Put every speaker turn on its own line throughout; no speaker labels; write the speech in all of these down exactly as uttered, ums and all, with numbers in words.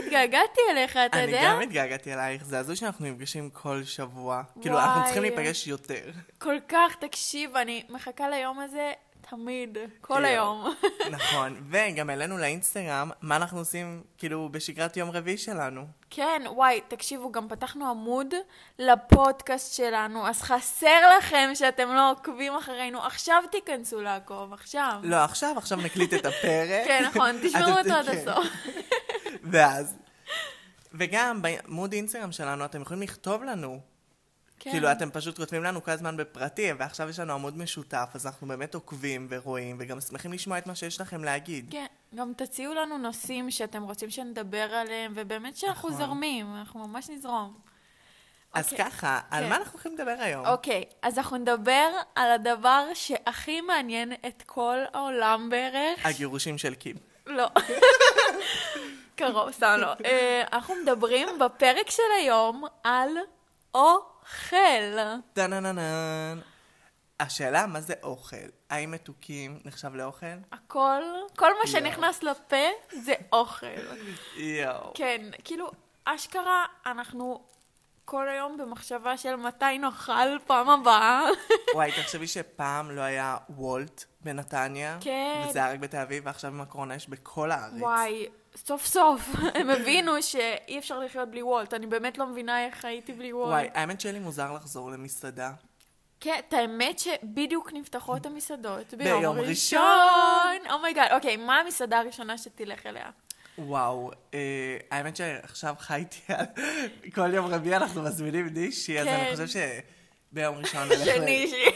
התגעגעתי אליך, אתה יודע?
אני גם התגעגעתי אלייך, זה הזוי שאנחנו נפגשים כל שבוע. כאילו, אנחנו צריכים להיפגש יותר.
כל כך, תקשיב, אני מחכה ליום הזה תמיד, כל היום.
נכון, וגם אלינו לאינסטגרם, מה אנחנו עושים, כאילו, בשגרת יום רביעי שלנו.
כן, וואי, תקשיבו, גם פתחנו עמוד לפודקאסט שלנו, אז חסר לכם שאתם לא עוקבים אחרינו, עכשיו תיכנסו לעקוב, עכשיו.
לא, עכשיו, עכשיו נקליט את הפרק.
כן, נכון, תשמעו אותו עד הסוף.
ואז, וגם בעמוד אינסטגרם שלנו, אתם יכולים לכתוב לנו.
כן.
כאילו, אתם פשוט כותבים לנו כל הזמן בפרטי, ועכשיו יש לנו עמוד משותף, אז אנחנו באמת עוקבים ורואים, וגם שמחים לשמוע את מה שיש לכם להגיד.
כן, גם תציעו לנו נושאים שאתם רוצים שנדבר עליהם, ובאמת שאנחנו
נכון.
זרמים, אנחנו ממש נזרום.
אז
אוקיי.
ככה, על
כן.
מה אנחנו הולכים לדבר היום?
אוקיי, אז אנחנו נדבר על הדבר שהכי מעניין את כל העולם בערך.
הגירושים של קים.
לא. קרוב, סתם לא. אה, אנחנו מדברים בפרק של היום על אוכל.
טנננן. השאלה, מה זה אוכל? האם מתוקים נחשב לאוכל?
הכל, כל מה
יואו.
שנכנס לפה זה אוכל.
יואו.
כן, כאילו, אשכרה, אנחנו כל היום במחשבה של מתי נאכל פעם הבאה.
וואי, תחשבי שפעם לא היה וולט בנתניה.
כן.
וזה היה רק בתל אביב, ועכשיו עם הקורונה יש בכל הארץ.
וואי, סוף סוף, הם הבינו שאי אפשר לחיות בלי וולט. אני באמת לא מבינה איך הייתי בלי וולט.
וואי, האמת שלי מוזר לחזור למסעדה.
כן, את האמת שבדיוק נפתחות המסעדות
ביום
ביום
ראשון.
ראשון. אומייגאד, אוקיי, מה המסעדה הראשונה שתלך אליה?
וואו, אה, האמת שעכשיו חייתי על... כל יום רביעי אנחנו מזמינים נישי, אז
כן.
אני חושב שביום ראשון נלך ל...
שנישי.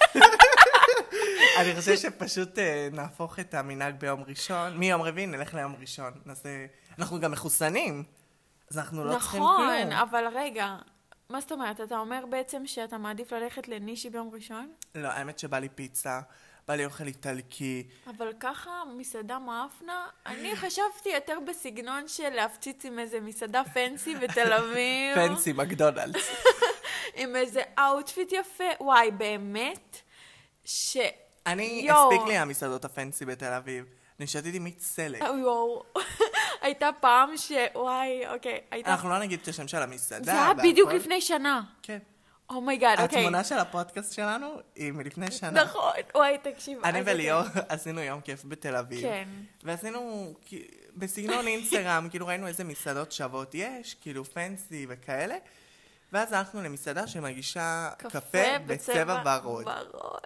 אני חושב שפשוט אה, נהפוך את המנהג ביום ראשון, מיום רביעי נלך ליום ראשון. נעשה... אנחנו גם מחוסנים, אז אנחנו לא צריכים כלום.
נכון, אבל רגע, מה זאת אומרת? אתה אומר בעצם שאתה מעדיף ללכת לנישי ביום ראשון?
לא, האמת שבא לי פיצה, בא לי אוכל איטלקי.
אבל ככה מסעדה מאפנה, אני חשבתי יותר בסגנון של להפציץ עם איזה מסעדה פנסי בתל אביב.
פנסי, מקדונלדס.
עם איזה אאוטפיט יפה. וואי, באמת? ש...
אני,
יואו.
הספיק לי המסעדות הפנסי בתל אביב. אני שתיתי מיץ סלק.
יואו. הייתה פעם ש... וואי, אוקיי. הייתה...
אנחנו לא נגיד את השם של המסעדה.
זה היה
והכל.
בדיוק לפני שנה.
כן.
אומייגאד, אוקיי.
התמונה של הפודקאסט שלנו היא מלפני שנה.
נכון. וואי, תקשיב.
אני
אז
וליאור
אוקיי.
עשינו יום כיף בתל אביב.
כן.
ועשינו כי- בסגנון אינסטגרם, כאילו ראינו איזה מסעדות שוות יש, כאילו פנסי וכאלה. ואז הלכנו למסעדה שמגישה קפה בצבע ורוד.
ורוד.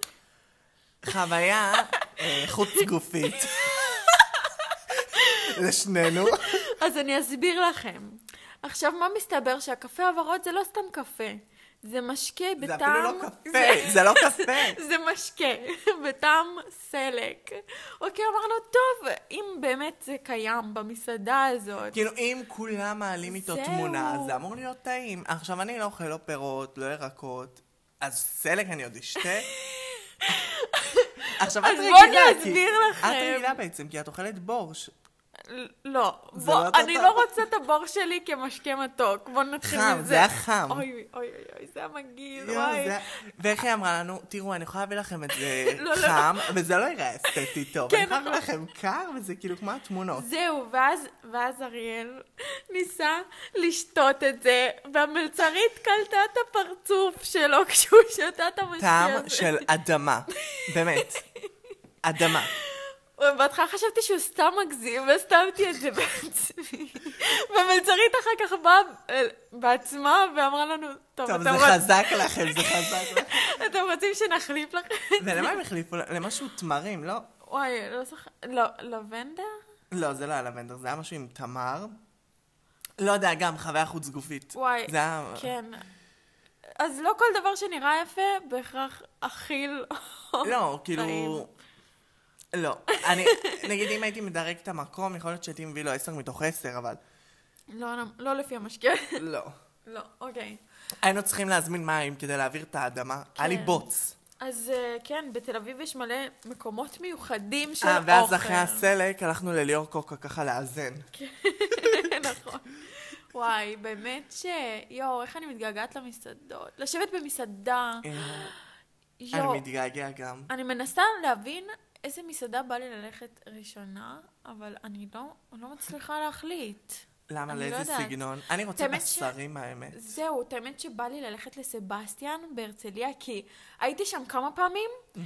חוויה אה, חוץ גופית. לשנינו.
אז אני אסביר לכם. עכשיו, מה מסתבר? שהקפה הוורוד זה לא סתם קפה. זה משקה בטעם...
זה אפילו לא קפה, זה לא קפה.
זה משקה בטעם סלק. אוקיי, אמרנו, טוב, אם באמת זה קיים במסעדה הזאת...
כאילו, אם כולם מעלים איתו
זהו.
תמונה, זה אמור להיות טעים. עכשיו, אני לא אוכל לא פירות, לא ירקות, אז סלק אני עוד אשתה. עכשיו, את
אז
רגילה,
בואו אני
כי-
אסביר לכם.
את רגילה בעצם, כי את אוכלת בורש.
לא,
זה
בוא,
לא אותו
אני
טעם.
לא רוצה את הבור שלי כמשקה מתוק. בוא נתחיל
חם,
מזה.
זה היה חם.
אוי, אוי, אוי, אוי, זה היה מגעיל,
יואו,
וואי.
זה- ואיך היא אמרה לנו, תראו, אני יכולה להביא לכם את זה
לא, לא,
חם, וזה לא יראה אסתטי טוב.
כן,
אני יכולה להביא
נכון.
לכם קר, וזה כאילו כמו התמונות.
זהו, ואז, ואז אריאל ניסה לשתות את זה, והמלצרית קלטה את הפרצוף שלו כשהוא שתה את המשקה
טעם
הזה.
של אדמה. באמת. אדמה.
בהתחלה חשבתי שהוא סתם מגזים, וסתמתי את זה בעצמי. והמלצרית אחר כך באה אה, בעצמה ואמרה לנו, טוב,
טוב,
אתם
זה
רוצ-
חזק לכם, זה חזק לכם.
אתם רוצים שנחליף לכם?
ולמה הם החליפו? למשהו תמרים, לא?
וואי, לא זוכר, לא, לבנדר?
לא, זה לא היה לבנדר, זה היה משהו עם תמר. לא יודע, גם חוויה חוץ גופית.
וואי,
זה היה...
כן. אז לא כל דבר שנראה יפה בהכרח אכיל. או
לא, כאילו...
טעים.
לא. אני, נגיד, אם הייתי מדרג את המקום, יכול להיות שהייתי מביא לו עשר מתוך עשר, אבל...
לא, לא לפי המשקה.
לא.
לא, אוקיי.
היינו צריכים להזמין מים כדי להעביר את האדמה. היה לי
כן.
בוץ.
אז אה, כן, בתל אביב יש מלא מקומות מיוחדים של
אה,
אוכל.
ואז אחרי הסלק הלכנו לליאור קוקה ככה לאזן.
נכון. וואי, באמת ש... יואו, איך אני מתגעגעת למסעדות. לשבת במסעדה.
אני
יואו,
מתגעגע גם.
אני מנסה להבין איזה מסעדה בא לי ללכת ראשונה, אבל אני לא, אני לא מצליחה להחליט.
למה?
אני לא
לאיזה
יודעת.
סגנון? אני רוצה
האמת ש-
בשרים, האמת.
זהו, את האמת שבא לי ללכת לסבסטיאן בהרצליה, כי הייתי שם כמה פעמים,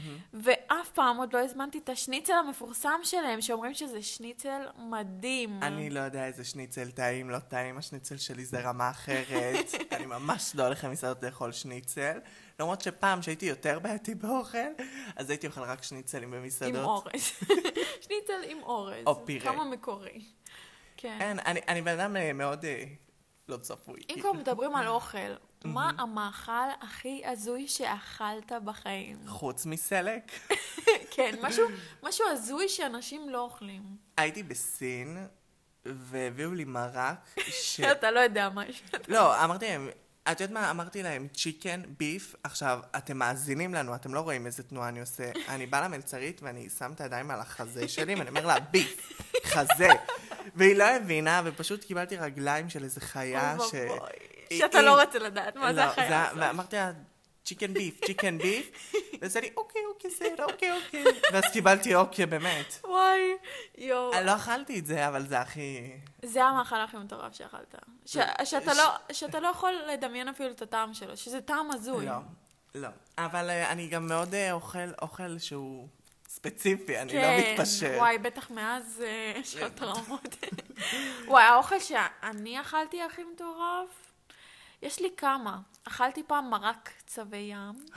ואף פעם עוד לא הזמנתי את השניצל המפורסם שלהם, שאומרים שזה שניצל מדהים.
אני לא יודע איזה שניצל טעים, לא טעים, השניצל שלי זה רמה אחרת. אני ממש לא הולך למסעדות לאכול שניצל. למרות שפעם שהייתי יותר בעייתי באוכל, אז הייתי אוכל רק שניצלים במסעדות.
עם אורז. שניצל עם אורז.
או פירה.
כמה מקורי. כן.
כן, אני, אני בן אדם אה, מאוד אה, לא צפוי.
אם כבר מדברים על אוכל, מה המאכל הכי הזוי שאכלת בחיים?
חוץ מסלק.
כן, משהו, משהו הזוי שאנשים לא אוכלים.
הייתי בסין, והביאו לי מרק ש...
אתה לא יודע משהו.
לא, אמרתי להם, את יודעת מה? אמרתי להם, צ'יקן, ביף. עכשיו, אתם מאזינים לנו, אתם לא רואים איזה תנועה אני עושה. אני באה למלצרית ואני שם את הידיים על החזה שלי, ואני אומר לה, ביף, חזה. והיא לא הבינה, ופשוט קיבלתי רגליים של איזה חיה ש...
שאתה לא רוצה לדעת מה זה
לא,
החיה.
זה- ואמרתי לה, צ'יקן ביף, צ'יקן ביף, ועשה לי, אוקיי, אוקיי, בסדר, אוקיי, אוקיי. ואז קיבלתי אוקיי, באמת.
וואי, יואו.
אני לא אכלתי את זה, אבל זה הכי...
זה המאכל הכי מטורף שאכלת. ש- שאתה לא- שאתה לא יכול לדמיין אפילו את הטעם שלו, שזה טעם הזוי.
לא, לא. אבל אה, אני גם מאוד אה, אוכל אוכל שהוא ספציפי, אני לא
כן,
מתפשר.
וואי, בטח מאז אה, יש לך טראומות. וואי, האוכל שאני אכלתי הכי מטורף, יש לי כמה. אכלתי פעם מרק צבי ים.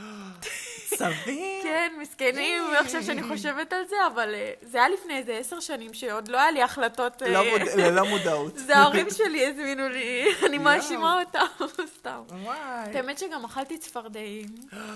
סביר?
כן, מסכנים, עכשיו שאני חושבת על זה, אבל אה, זה היה לפני איזה עשר שנים שעוד לא היה לי החלטות... אה,
לא מוד- ללא מודעות.
זה ההורים שלי הזמינו לי, אני מאשימה אותם, סתם.
וואי.
האמת שגם אכלתי צפרדעים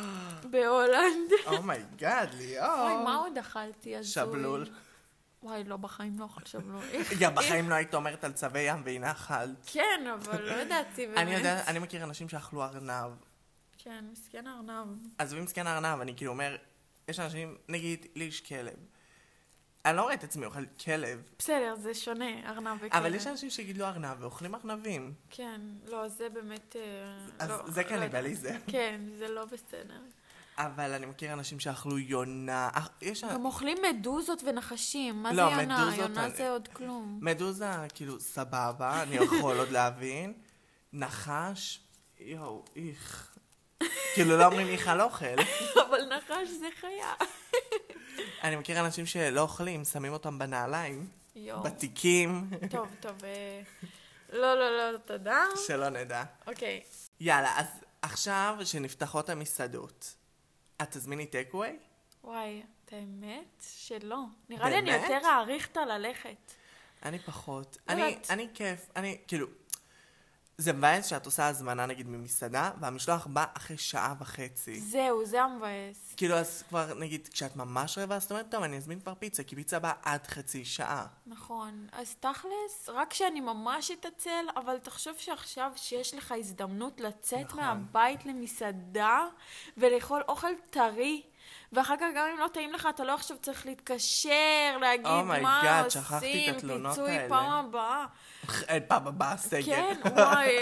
בהולנד.
אומייגאד, ליאור.
וואי, מה עוד אכלתי? הזוי.
שבלול.
וואי, לא, בחיים לא אכל שבלול.
גם בחיים לא היית אומרת על צבי ים והנה אכלת.
כן, אבל לא ידעתי באמת.
אני יודע, אני מכיר אנשים שאכלו ארנב.
כן, מסכן הארנב.
עזבי מסכן הארנב, אני כאילו אומר, יש אנשים, נגיד, לי יש כלב. אני לא רואה את עצמי אוכל כלב,
בסדר, זה שונה, ארנב וכלב.
אבל יש אנשים שגידלו ארנב ואוכלים ארנבים.
כן, לא, זה באמת... אה,
אז
לא,
זה
לא
קניבליזם.
כן, זה לא בסדר.
אבל אני מכיר אנשים שאכלו יונה. אך- יש...
גם אוכלים מדוזות ונחשים. מה זה
לא,
יונה?
מדוזות
יונה
אני-
זה עוד כלום.
מדוזה, כאילו, סבבה, אני יכול עוד להבין. נחש, יואו, איך. כאילו, לא אומרים איך על אוכל.
אבל נחש זה חיה.
אני מכיר אנשים שלא אוכלים, שמים אותם בנעליים,
יואו.
בתיקים,
טוב, טוב. אה, לא, לא, לא, תודה.
שלא נדע.
אוקיי.
יאללה, אז עכשיו שנפתחות המסעדות, את תזמיני טקווי?
וואי, את האמת שלא. נראה לי אני
באמת?
יותר אעריך את הללכת.
אני פחות.
לא
אני,
יודעת.
אני כיף, אני, כאילו, זה מבאס שאת עושה הזמנה נגיד ממסעדה, והמשלוח בא אחרי שעה וחצי.
זהו, זה המבאס.
כאילו, אז כבר, נגיד, כשאת ממש רעבה, אז את אומרת, טוב, אני אזמין כבר פיצה, כי פיצה באה עד חצי שעה.
נכון. אז תכלס, רק שאני ממש אתעצל, אבל תחשוב שעכשיו שיש לך הזדמנות לצאת
נכון.
מהבית למסעדה ולאכול אוכל טרי, ואחר כך גם אם לא טעים לך, אתה לא עכשיו צריך להתקשר, להגיד
Oh my
מה
God, שכחתי את
עושים,
התלונות
פיצוי
האלה.
פעם הבאה.
אין פעם הבאה סגר.
כן, וואי.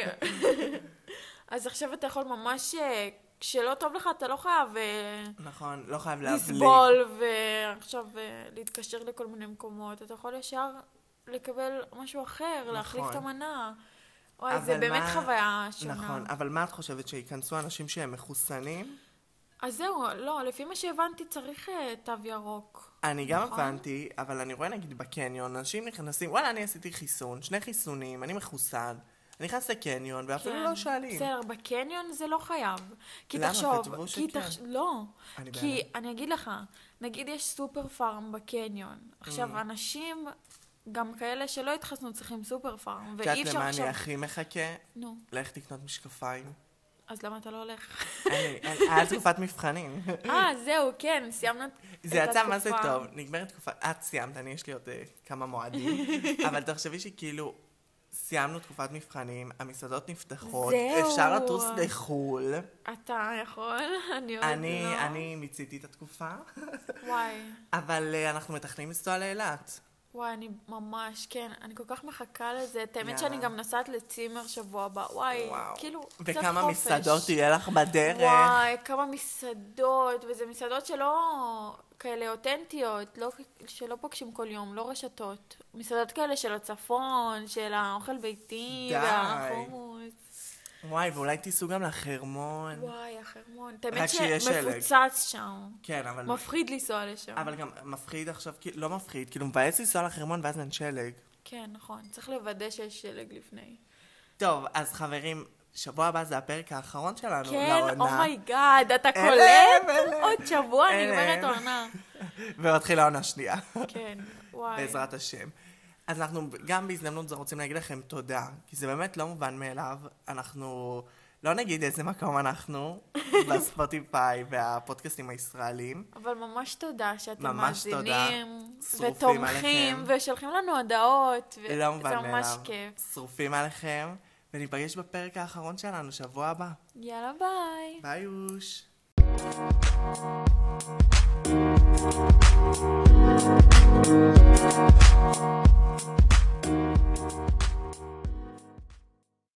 אז עכשיו אתה יכול ממש, אה, כשלא טוב לך, אתה לא חייב אה,
נכון, לא חייב להבליג.
לסבול ועכשיו אה, להתקשר לכל מיני מקומות. אתה יכול ישר לקבל משהו אחר, להחליף את המנה. וואי, זה
אבל
באמת
מה-
חוויה שונה.
נכון, אבל מה את חושבת, שייכנסו אנשים שהם מחוסנים?
אז זהו, לא, לפי מה שהבנתי צריך אה, תו ירוק.
אני גם
נכון.
הבנתי, אבל אני רואה נגיד בקניון, אנשים נכנסים, וואלה, אני עשיתי חיסון, שני חיסונים, אני מחוסן, אני נכנס לקניון, ואפילו
כן.
לא שואלים.
בסדר, בקניון זה לא חייב. כי
למה?
תחשוב,
כתבו
כי
שכן.
תחש... לא.
אני
כי
בהלם.
אני אגיד לך, נגיד יש סופר פארם בקניון. עכשיו,
Mm.
אנשים, גם כאלה שלא התחסנו צריכים סופר פארם,
את יודעת
ואי אפשר
למה
עכשיו...
אני הכי מחכה?
נו,
לך תקנות משקפיים.
אז למה אתה לא הולך?
אין לי- אין- היה תקופת מבחנים.
אה, זהו, כן, סיימנו את התקופה.
זה יצא מה זה טוב, נגמרת תקופה, את סיימת, אני יש לי עוד אה, כמה מועדים, אבל תחשבי שכאילו, סיימנו תקופת מבחנים, המסעדות נפתחות,
זהו.
אפשר לטוס לחו"ל,
אתה יכול? אני עוד
אני,
לא.
אני מיציתי את התקופה,
וואי.
אבל אה, אנחנו מתכננים לנסוע לאילת.
וואי, אני ממש, כן, אני כל כך מחכה לזה. את האמת
יאללה.
שאני גם נוסעת לצימר שבוע הבא. וואי,
וואו.
כאילו, קצת חופש.
וכמה מסעדות יהיה לך בדרך.
וואי, כמה מסעדות, וזה מסעדות שלא כאלה אותנטיות, לא, שלא פוגשים כל יום, לא רשתות. מסעדות כאלה של הצפון, של האוכל ביתי,
די.
והחומוס.
וואי, ואולי תיסעו גם לחרמון.
וואי, החרמון. את
רק
האמת
שיש שלג.
שמפוצץ שם.
כן, אבל...
מפחיד לנסוע לשם.
אבל גם מפחיד עכשיו, כאילו, לא מפחיד, כאילו מבאס לנסוע לחרמון ואז אין שלג.
כן, נכון. צריך לוודא שיש שלג לפני.
טוב, אז חברים, שבוע הבא זה הפרק האחרון שלנו
כן,
לעונה.
אומייגאד, אתה
אלם,
קולט?
אלם.
עוד שבוע
אלם.
נגמרת העונה.
ומתחילה העונה שנייה.
כן, וואי.
בעזרת השם. אז אנחנו גם בהזדמנות זו רוצים להגיד לכם תודה, כי זה באמת לא מובן מאליו. אנחנו לא נגיד איזה מקום אנחנו בספוטיפיי והפודקאסטים הישראלים.
אבל ממש תודה שאתם
ממש תודה.
מאזינים,
שרופים
ותומכים,
עליכם.
ושולחים לנו הודעות,
לא מובן
וזה
מאליו.
ממש כיף.
שרופים עליכם, וניפגש בפרק האחרון שלנו שבוע הבא.
יאללה ביי.
ביי אוש.